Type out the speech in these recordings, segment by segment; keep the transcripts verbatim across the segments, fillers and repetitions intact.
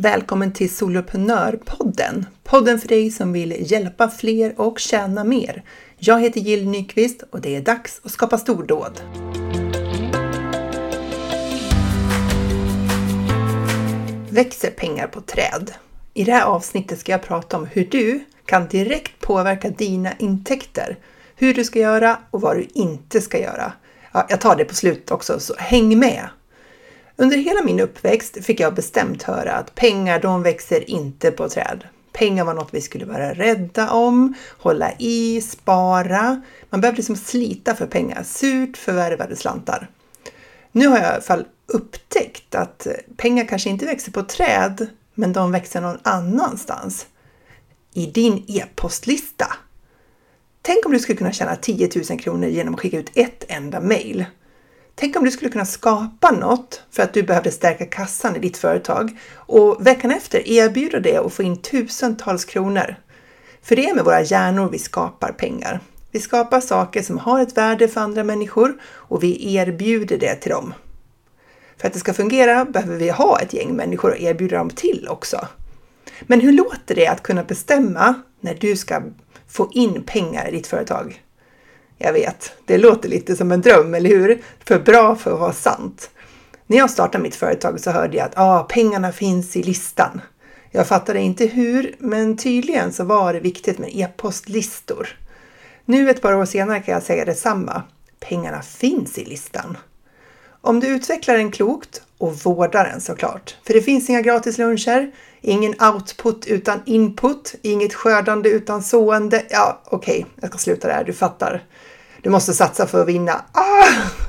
Välkommen till Soloprenörpodden. Podden för dig som vill hjälpa fler och tjäna mer. Jag heter Jill Nyqvist och det är dags att skapa stordåd. Växer pengar på träd? I det här avsnittet ska jag prata om hur du kan direkt påverka dina intäkter. Hur du ska göra och vad du inte ska göra. Ja, jag tar det på slutet också, så häng med! Under hela min uppväxt fick jag bestämt höra att pengar de växer inte på träd. Pengar var något vi skulle vara rädda om, hålla i, spara. Man behövde liksom slita för pengar, surt förvärvade slantar. Nu har jag i alla fall upptäckt att pengar kanske inte växer på träd, men de växer någon annanstans. I din e-postlista. Tänk om du skulle kunna tjäna tio tusen kronor genom att skicka ut ett enda mejl. Tänk om du skulle kunna skapa något för att du behövde stärka kassan i ditt företag och veckan efter erbjuda det och få in tusentals kronor. För det är med våra hjärnor vi skapar pengar. Vi skapar saker som har ett värde för andra människor och vi erbjuder det till dem. För att det ska fungera behöver vi ha ett gäng människor att erbjuda dem till också. Men hur låter det att kunna bestämma när du ska få in pengar i ditt företag? Jag vet, det låter lite som en dröm, eller hur? För bra för att vara sant. När jag startade mitt företag så hörde jag att ah, pengarna finns i listan. Jag fattade inte hur, men tydligen så var det viktigt med e-postlistor. Nu ett par år senare kan jag säga detsamma. Pengarna finns i listan. Om du utvecklar den klokt och vårdar den såklart. För det finns inga gratis luncher, ingen output utan input, inget skördande utan sående. Ja, okej, okay, jag ska sluta där, du fattar. Du måste satsa för att vinna. Ah,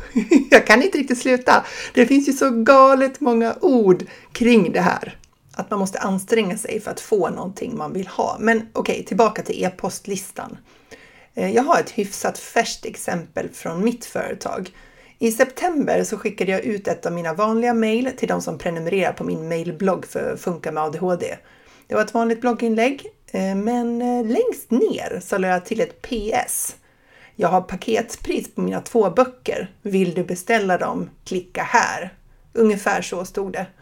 jag kan inte riktigt sluta. Det finns ju så galet många ord kring det här. Att man måste anstränga sig för att få någonting man vill ha. Men okej, okay, tillbaka till e-postlistan. Jag har ett hyfsat färskt exempel från mitt företag. I september så skickade jag ut ett av mina vanliga mejl till de som prenumererar på min mejlblogg för Funka med A D H D. Det var ett vanligt blogginlägg, men längst ner så lade jag till ett P S. Jag har paketpris på mina två böcker. Vill du beställa dem? Klicka här. Ungefär så stod det.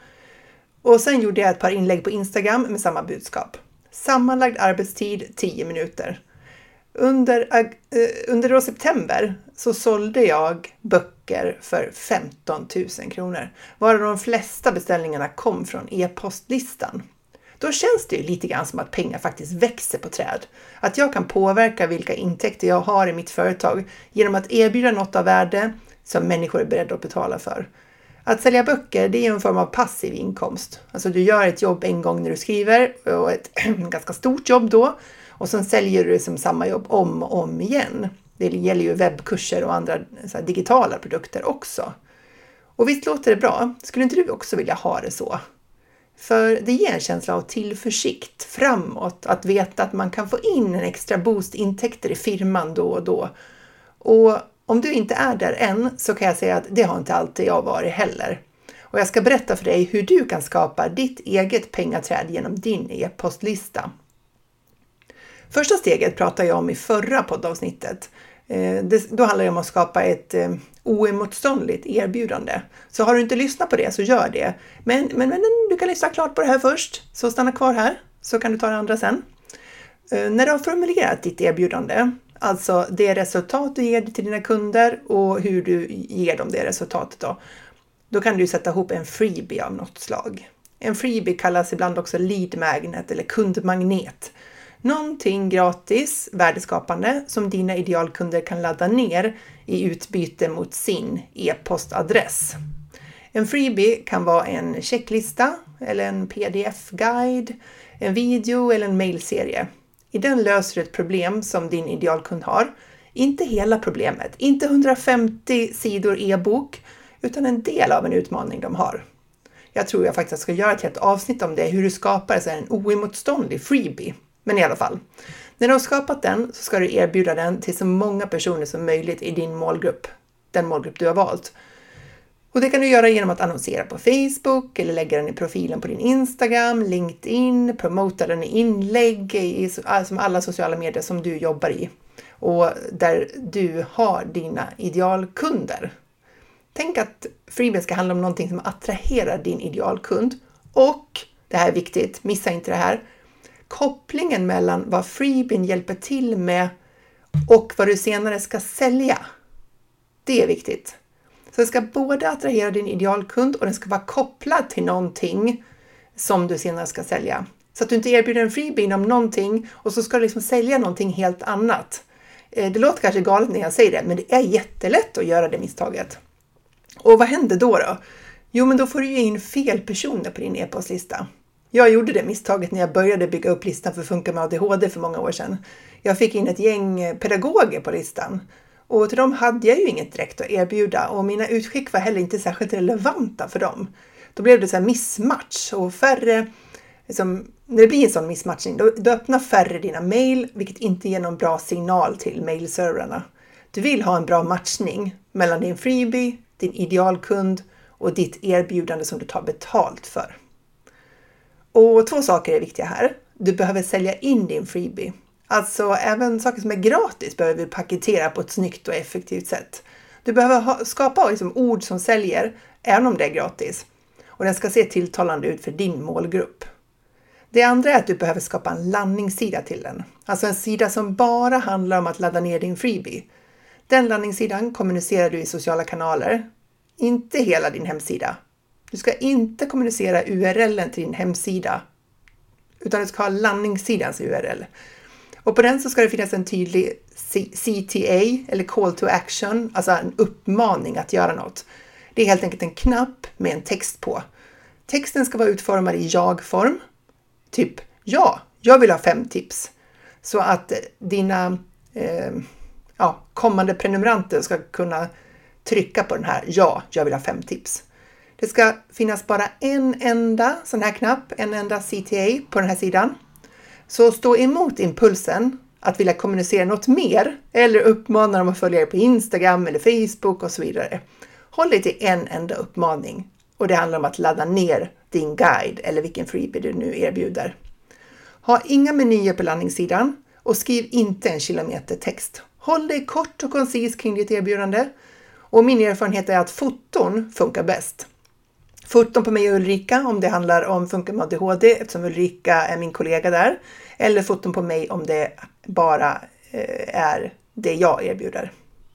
Och sen gjorde jag ett par inlägg på Instagram med samma budskap. Sammanlagd arbetstid tio minuter. Under, äh, under då september så sålde jag böcker för femton tusen kronor. Varav de flesta beställningarna kom från e-postlistan. Då känns det ju lite grann som att pengar faktiskt växer på träd. Att jag kan påverka vilka intäkter jag har i mitt företag genom att erbjuda något av värde som människor är beredda att betala för. Att sälja böcker, det är en form av passiv inkomst. Alltså du gör ett jobb en gång när du skriver och ett ganska stort jobb då. Och sen säljer du det som samma jobb om och om igen. Det gäller ju webbkurser och andra så här, digitala produkter också. Och visst låter det bra? Skulle inte du också vilja ha det så? För det ger en känsla av tillförsikt framåt. Att veta att man kan få in en extra boost intäkter i firman då och då. Och om du inte är där än så kan jag säga att det har inte alltid jag varit heller. Och jag ska berätta för dig hur du kan skapa ditt eget pengaträd genom din e-postlista. Första steget pratade jag om i förra poddavsnittet. Det, då handlar det om att skapa ett eh, oemotståndligt erbjudande. Så har du inte lyssnat på det så gör det. Men, men, men du kan lyssna klart på det här först. Så stanna kvar här så kan du ta det andra sen. Eh, när du har formulerat ditt erbjudande, alltså det resultat du ger till dina kunder och hur du ger dem det resultatet då. Då kan du sätta ihop en freebie av något slag. En freebie kallas ibland också lead magnet eller kundmagnet. Någonting gratis, värdeskapande som dina idealkunder kan ladda ner i utbyte mot sin e-postadress. En freebie kan vara en checklista eller en pdf-guide, en video eller en mailserie. I den löser du ett problem som din idealkund har. Inte hela problemet, inte hundrafemtio sidor e-bok utan en del av en utmaning de har. Jag tror jag faktiskt ska göra ett helt avsnitt om det, hur du skapar en oemotståndlig freebie. Men i alla fall, när du har skapat den så ska du erbjuda den till så många personer som möjligt i din målgrupp, den målgrupp du har valt. Och det kan du göra genom att annonsera på Facebook eller lägga den i profilen på din Instagram, LinkedIn, promota den i inlägg i alltså alla sociala medier som du jobbar i och där du har dina idealkunder. Tänk att freebie ska handla om någonting som attraherar din idealkund och det här är viktigt, missa inte det här. Kopplingen mellan vad freebien hjälper till med och vad du senare ska sälja. Det är viktigt. Så det ska både attrahera din idealkund och den ska vara kopplad till någonting som du senare ska sälja. Så att du inte erbjuder en freebie inom någonting och så ska du liksom sälja någonting helt annat. Det låter kanske galet när jag säger det, men det är jättelätt att göra det misstaget. Och vad händer då då? Jo, men då får du ju in fel personer på din e-postlista. Jag gjorde det misstaget när jag började bygga upp listan för Funka med A D H D för många år sedan. Jag fick in ett gäng pedagoger på listan. Och till dem hade jag ju inget direkt att erbjuda och mina utskick var heller inte särskilt relevanta för dem. Då blev det så här missmatch och färre, liksom, när det blir en sån missmatchning, då, då öppnar färre dina mejl, vilket inte ger någon bra signal till mejlservrarna. Du vill ha en bra matchning mellan din freebie, din idealkund och ditt erbjudande som du tar betalt för. Och två saker är viktiga här. Du behöver sälja in din freebie. Alltså även saker som är gratis behöver vi paketera på ett snyggt och effektivt sätt. Du behöver ha, skapa liksom ord som säljer, även om det är gratis. Och den ska se tilltalande ut för din målgrupp. Det andra är att du behöver skapa en landningssida till den. Alltså en sida som bara handlar om att ladda ner din freebie. Den landningssidan kommunicerar du i sociala kanaler. Inte hela din hemsida. Du ska inte kommunicera U R L:en till din hemsida. Utan du ska ha landningssidans U R L. Och på den så ska det finnas en tydlig C T A eller Call to Action. Alltså en uppmaning att göra något. Det är helt enkelt en knapp med en text på. Texten ska vara utformad i jag-form. Typ, ja, jag vill ha fem tips. Så att dina eh, ja, kommande prenumeranter ska kunna trycka på den här, ja, jag vill ha fem tips. Det ska finnas bara en enda sån här knapp, en enda C T A på den här sidan. Så stå emot impulsen att vilja kommunicera något mer eller uppmana dem att följa er på Instagram eller Facebook och så vidare. Håll dig till en enda uppmaning och det handlar om att ladda ner din guide eller vilken freebie du nu erbjuder. Ha inga menyer på landningssidan och skriv inte en kilometer text. Håll dig kort och koncis kring ditt erbjudande och min erfarenhet är att foton funkar bäst. Foton på mig och Ulrika om det handlar om Funka med A D H D eftersom Ulrika är min kollega där. Eller foton på mig om det bara är det jag erbjuder.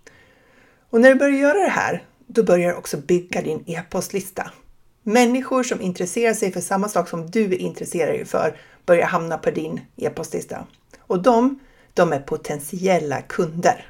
Och när du börjar göra det här, då börjar du också bygga din e-postlista. Människor som intresserar sig för samma sak som du är intresserad för börjar hamna på din e-postlista. Och de, de är potentiella kunder.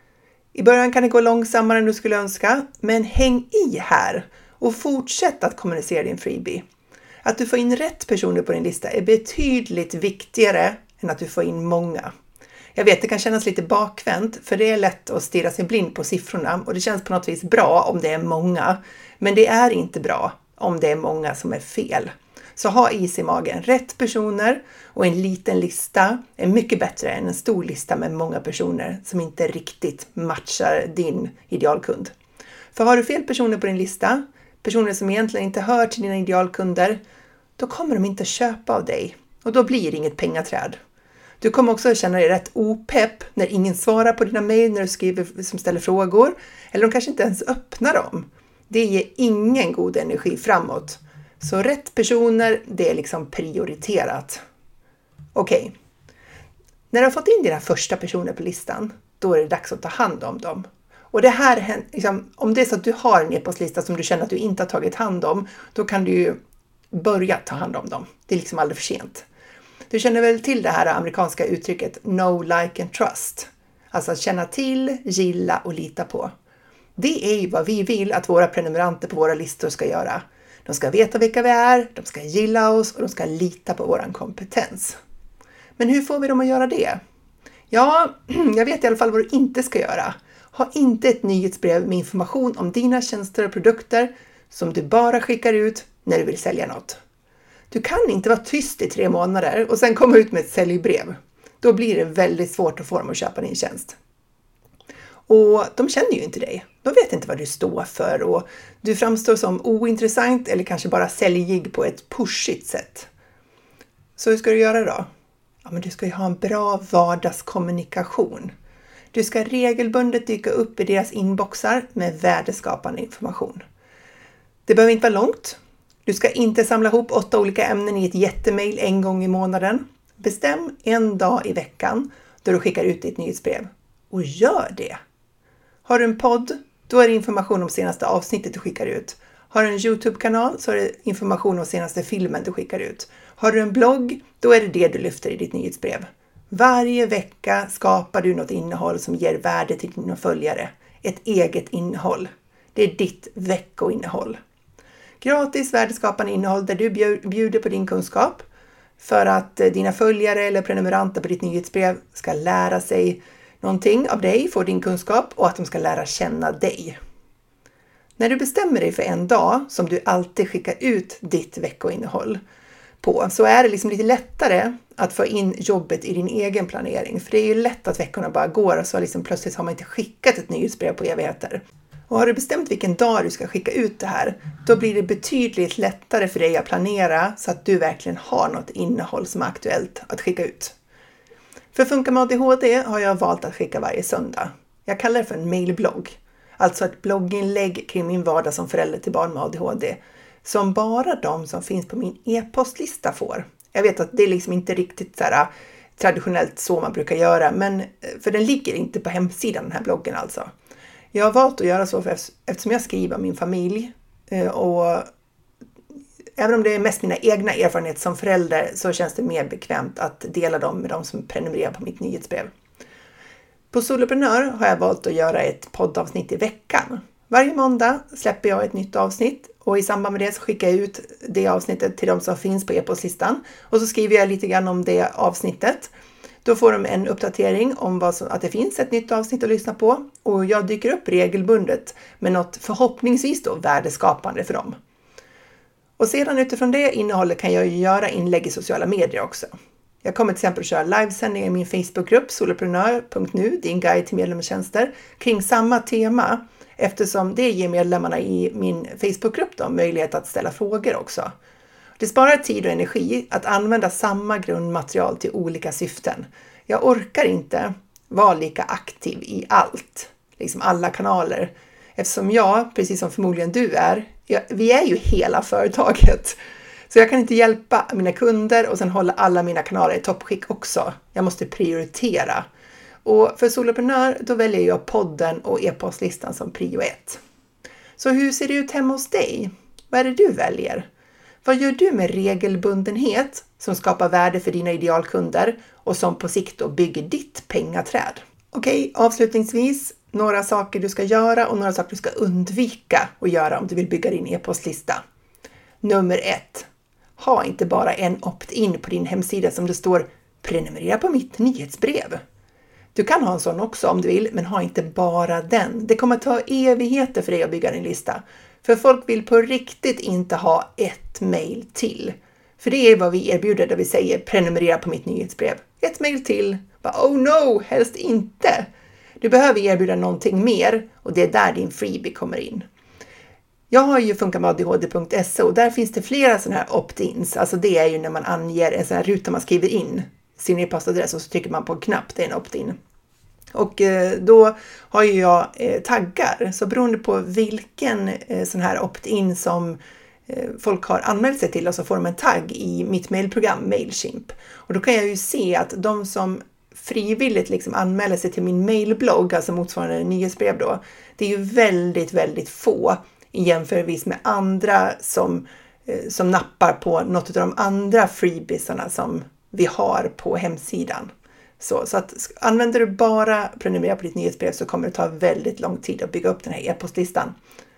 I början kan det gå långsammare än du skulle önska, men häng i här och fortsätt att kommunicera din freebie. Att du får in rätt personer på din lista är betydligt viktigare än att du får in många. Jag vet, det kan kännas lite bakvänt för det är lätt att stirra sig blind på siffrorna och det känns på något vis bra om det är många. Men det är inte bra om det är många som är fel. Så ha is i magen. Rätt personer och en liten lista är mycket bättre än en stor lista med många personer som inte riktigt matchar din idealkund. För har du fel personer på din lista, personer som egentligen inte hör till dina idealkunder, då kommer de inte köpa av dig och då blir det inget pengaträd. Du kommer också känna dig rätt opepp när ingen svarar på dina mejl när du skriver som ställer frågor eller de kanske inte ens öppnar dem. Det ger ingen god energi framåt. Så rätt personer, det är liksom prioriterat. Okej. Okay. När du har fått in dina första personer på listan, då är det dags att ta hand om dem. Och det här, liksom, om det är så att du har en e-postlista som du känner att du inte har tagit hand om, då kan du ju börja ta hand om dem. Det är liksom aldrig för sent. Du känner väl till det här amerikanska uttrycket know, like and trust. Alltså att känna till, gilla och lita på. Det är ju vad vi vill att våra prenumeranter på våra listor ska göra. De ska veta vilka vi är, de ska gilla oss och de ska lita på vår kompetens. Men hur får vi dem att göra det? Ja, jag vet i alla fall vad du inte ska göra. Ha inte ett nyhetsbrev med information om dina tjänster och produkter som du bara skickar ut när du vill sälja något. Du kan inte vara tyst i tre månader och sen komma ut med ett säljbrev. Då blir det väldigt svårt att få dem att köpa din tjänst. Och de känner ju inte dig. De vet inte vad du står för och du framstår som ointressant eller kanske bara säljig på ett pushigt sätt. Så hur ska du göra då? Ja, men du ska ju ha en bra vardagskommunikation. Du ska regelbundet dyka upp i deras inboxar med värdeskapande information. Det behöver inte vara långt. Du ska inte samla ihop åtta olika ämnen i ett jättemail en gång i månaden. Bestäm en dag i veckan då du skickar ut ditt nyhetsbrev. Och gör det! Har du en podd, då är det information om senaste avsnittet du skickar ut. Har du en YouTube-kanal så är det information om senaste filmen du skickar ut. Har du en blogg, då är det det du lyfter i ditt nyhetsbrev. Varje vecka skapar du något innehåll som ger värde till dina följare. Ett eget innehåll. Det är ditt veckoinnehåll. Gratis värdeskapande innehåll där du bjuder på din kunskap för att dina följare eller prenumeranter på ditt nyhetsbrev ska lära sig någonting av dig, få din kunskap och att de ska lära känna dig. När du bestämmer dig för en dag som du alltid skickar ut ditt veckoinnehåll på så är det liksom lite lättare att få in jobbet i din egen planering. För det är ju lätt att veckorna bara går och så liksom plötsligt har man inte skickat ett nyhetsbrev på evigheter. Och har du bestämt vilken dag du ska skicka ut det här, då blir det betydligt lättare för dig att planera så att du verkligen har något innehåll som är aktuellt att skicka ut. För Funka med A D H D har jag valt att skicka varje söndag. Jag kallar det för en mailblogg. Alltså ett blogginlägg kring min vardag som förälder till barn med A D H D. Som bara de som finns på min e-postlista får. Jag vet att det är liksom inte riktigt så här traditionellt så man brukar göra. Men för den ligger inte på hemsidan, den här bloggen alltså. Jag har valt att göra så för eftersom jag skriver om min familj. Och även om det är mest mina egna erfarenheter som förälder så känns det mer bekvämt att dela dem med de som prenumererar på mitt nyhetsbrev. På Soloprenör har jag valt att göra ett poddavsnitt i veckan. Varje måndag släpper jag ett nytt avsnitt och i samband med det så skickar jag ut det avsnittet till de som finns på e-postlistan. Och så skriver jag lite grann om det avsnittet. Då får de en uppdatering om vad som, att det finns ett nytt avsnitt att lyssna på. Och jag dyker upp regelbundet med något förhoppningsvis då värdeskapande för dem. Och sedan utifrån det innehållet kan jag göra inlägg i sociala medier också. Jag kommer till exempel att köra livesändningar i min Facebookgrupp soloprenör punkt nu, din guide till medlemstjänster, kring samma tema eftersom det ger medlemmarna i min Facebookgrupp då möjlighet att ställa frågor också. Det sparar tid och energi att använda samma grundmaterial till olika syften. Jag orkar inte vara lika aktiv i allt, liksom alla kanaler, eftersom jag, precis som förmodligen du är, jag, vi är ju hela företaget. Så jag kan inte hjälpa mina kunder och sen hålla alla mina kanaler i toppskick också. Jag måste prioritera. Och för Soloprenör då väljer jag podden och e-postlistan som prio ett. Så hur ser det ut hemma hos dig? Vad är det du väljer? Vad gör du med regelbundenhet som skapar värde för dina idealkunder och som på sikt då bygger ditt pengaträd? Okej, avslutningsvis några saker du ska göra och några saker du ska undvika att göra om du vill bygga din e-postlista. Nummer ett. Ha inte bara en opt-in på din hemsida som det står prenumerera på mitt nyhetsbrev. Du kan ha en sån också om du vill, men ha inte bara den. Det kommer att ta evigheter för dig att bygga din lista. För folk vill på riktigt inte ha ett mejl till. För det är vad vi erbjuder där vi säger prenumerera på mitt nyhetsbrev. Ett mejl till. Oh no, helst inte. Du behöver erbjuda någonting mer och det är där din freebie kommer in. Jag har ju funka med A D H D punkt se och där finns det flera sådana här opt-ins. Alltså det är ju när man anger en sån här ruta man skriver in sin e-postadress och så trycker man på en knapp, det är en opt-in. Och då har ju jag taggar, så beroende på vilken sån här opt-in som folk har anmält sig till och så får de en tagg i mitt mailprogram Mailchimp. Och då kan jag ju se att de som frivilligt liksom anmäler sig till min mailblogg, alltså motsvarande nyhetsbrev då, det är ju väldigt, väldigt få i jämförelse med andra som, som nappar på något av de andra freebiesarna som vi har på hemsidan. Så, så att använder du bara prenumerera på ditt nyhetsbrev så kommer det ta väldigt lång tid att bygga upp den här e-postlistan.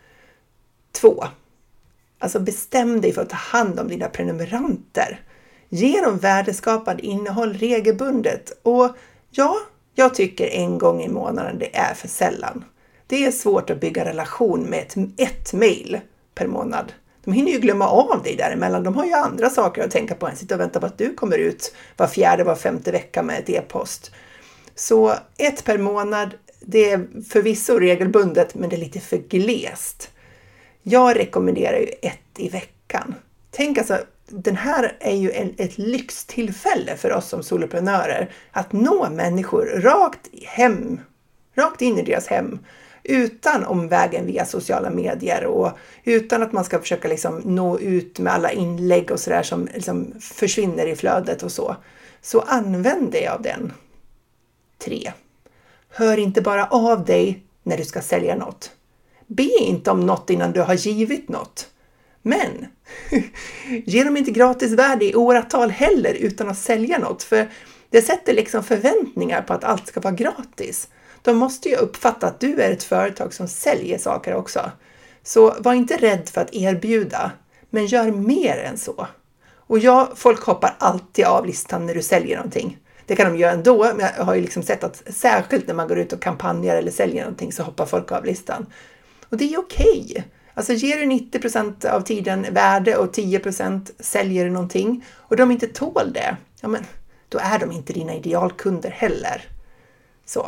Två. Alltså bestäm dig för att ta hand om dina prenumeranter. Ge dem värdeskapande innehåll regelbundet. Och ja, jag tycker en gång i månaden det är för sällan. Det är svårt att bygga relation med ett, ett mejl per månad. De hinner ju glömma av dig däremellan. De har ju andra saker att tänka på än sitta och vänta på att du kommer ut var fjärde, var femte vecka med ett e-post. Så ett per månad, det är förvisso regelbundet men det är lite för glest. Jag rekommenderar ju ett i veckan. Tänk alltså, den här är ju en, ett lyxtillfälle för oss som soloprenörer att nå människor rakt hem, rakt in i deras hem. utan omvägen via sociala medier och utan att man ska försöka liksom nå ut med alla inlägg och sådär som liksom försvinner i flödet och så. Så använd dig av den. tre. Hör inte bara av dig när du ska sälja något. Be inte om något innan du har givit något. Men ge dem inte gratis värde i åratal heller utan att sälja något. För det sätter liksom förväntningar på att allt ska vara gratis. De måste ju uppfatta att du är ett företag som säljer saker också. Så var inte rädd för att erbjuda, men gör mer än så. Och ja, folk hoppar alltid av listan när du säljer någonting. Det kan de göra ändå, men jag har ju liksom sett att särskilt när man går ut och kampanjer eller säljer någonting så hoppar folk av listan. Och det är okej. Okay. Alltså ger du nittio procent av tiden värde och tio procent säljer du någonting och de inte tål det, ja men då är de inte dina idealkunder heller. Så.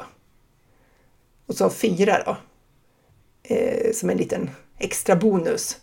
Och så fyra då. Eh, som en liten extra bonus.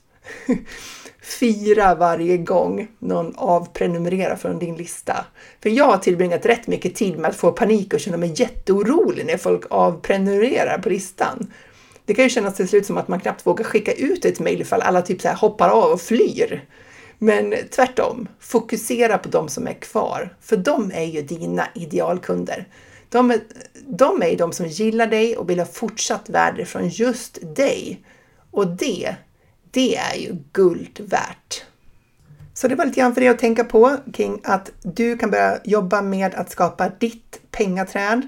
Fira varje gång någon avprenumererar från din lista. För jag har tillbringat rätt mycket tid med att få panik och känna mig jätteorolig när folk avprenumererar på listan. Det kan ju kännas till slut som att man knappt vågar skicka ut ett mejl ifall alla typ så här hoppar av och flyr. Men tvärtom, fokusera på de som är kvar. För de är ju dina idealkunder. De är, de är de som gillar dig och vill ha fortsatt värde från just dig. Och det, det är ju guld värt. Så det var lite grann för dig att tänka på kring att du kan börja jobba med att skapa ditt pengaträd.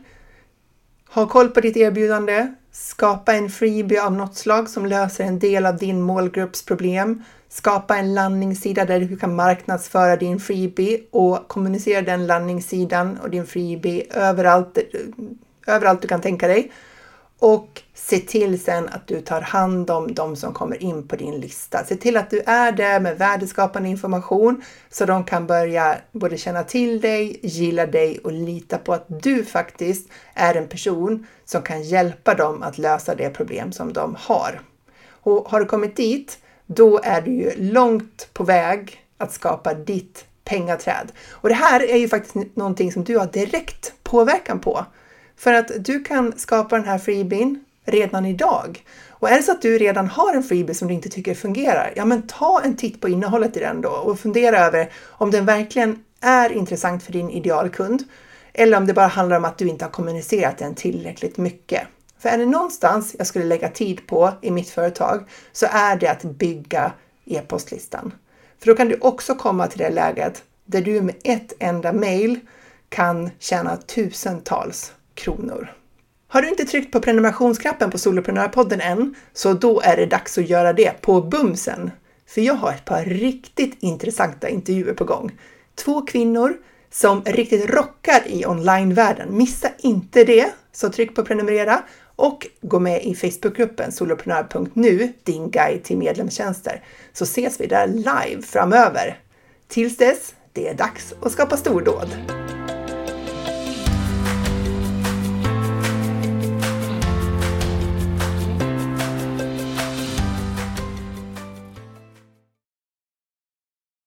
Ha koll på ditt erbjudande. Skapa en freebie av något slag som löser en del av din målgrupps problem. Skapa en landningssida där du kan marknadsföra din freebie och kommunicera den landningssidan och din freebie överallt, överallt du kan tänka dig. Och se till sen att du tar hand om de som kommer in på din lista. Se till att du är där med värdeskapande information så de kan börja både känna till dig, gilla dig och lita på att du faktiskt är en person som kan hjälpa dem att lösa det problem som de har. Och har du kommit dit, då är du ju långt på väg att skapa ditt pengaträd. Och det här är ju faktiskt någonting som du har direkt påverkan på. För att du kan skapa den här freebien redan idag. Och är det så att du redan har en freebie som du inte tycker fungerar, ja men ta en titt på innehållet i den då och fundera över om den verkligen är intressant för din idealkund. Eller om det bara handlar om att du inte har kommunicerat den tillräckligt mycket. För är det någonstans jag skulle lägga tid på i mitt företag så är det att bygga e-postlistan. För då kan du också komma till det läget där du med ett enda mail kan tjäna tusentals kronor. Har du inte tryckt på prenumerationsknappen på Soloprenörpodden än, så då är det dags att göra det på bumsen. För jag har ett par riktigt intressanta intervjuer på gång. Två kvinnor som riktigt rockar i onlinevärlden. Missa inte det, så tryck på prenumerera och gå med i Facebookgruppen soloprenör punkt nu, din guide till medlemstjänster. Så ses vi där live framöver. Tills dess, det är dags att skapa stordåd.